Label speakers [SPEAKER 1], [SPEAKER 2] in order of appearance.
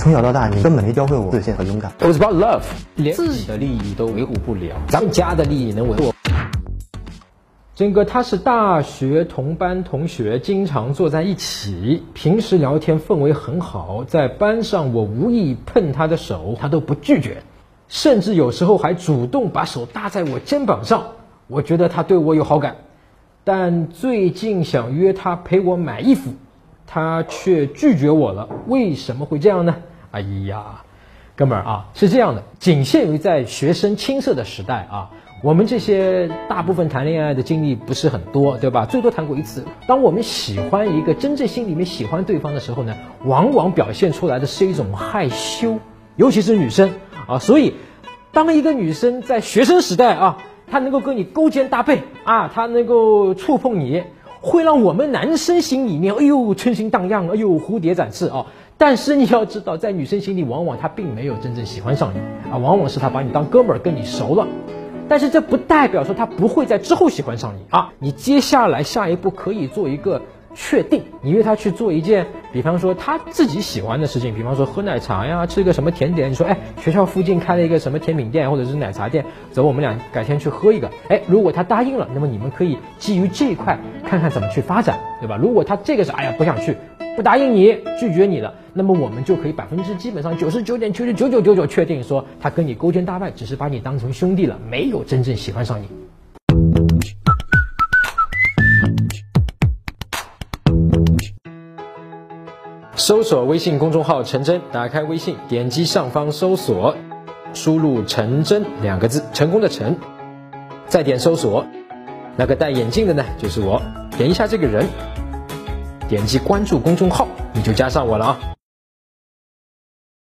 [SPEAKER 1] 从小到大，你根本没教会我自信和勇敢。
[SPEAKER 2] It was about love， 连自己的利益都维护不了，咱们家的利益能维护？真哥他是大学同班同学，经常坐在一起，平时聊天氛围很好，在班上我无意碰他的手，他都不拒绝，甚至有时候还主动把手搭在我肩膀上，我觉得他对我有好感。但最近想约他陪我买衣服，他却拒绝我了，为什么会这样呢？哎呀，哥们儿啊，是这样的，仅限于在学生青涩的时代啊，我们这些大部分谈恋爱的经历不是很多，对吧？最多谈过一次。当我们喜欢一个真正心里面喜欢对方的时候呢，往往表现出来的是一种害羞，尤其是女生啊。所以当一个女生在学生时代啊，她能够跟你勾肩搭背啊，她能够触碰你，会让我们男生心里面哎呦春心荡漾，哎呦蝴蝶展翅啊。但是你要知道，在女生心里往往她并没有真正喜欢上你啊，往往是她把你当哥们儿跟你熟了。但是这不代表说他不会在之后喜欢上你啊！你接下来下一步可以做一个确定，你约他去做一件，比方说他自己喜欢的事情，比方说喝奶茶呀，吃个什么甜点。你说，学校附近开了一个什么甜品店或者是奶茶店，走，我们俩改天去喝一个。如果他答应了，那么你们可以基于这一块看看怎么去发展，对吧？如果他这个是不想去，不答应你，拒绝你了，那么我们就可以基本上99.999999确定说他跟你勾肩搭背，只是把你当成兄弟了，没有真正喜欢上你。搜索微信公众号陈真，打开微信，点击上方搜索，输入陈真2个字，成功的陈，再点搜索，那个戴眼镜的呢就是我，点一下这个人，点击关注公众号，你就加上我了啊。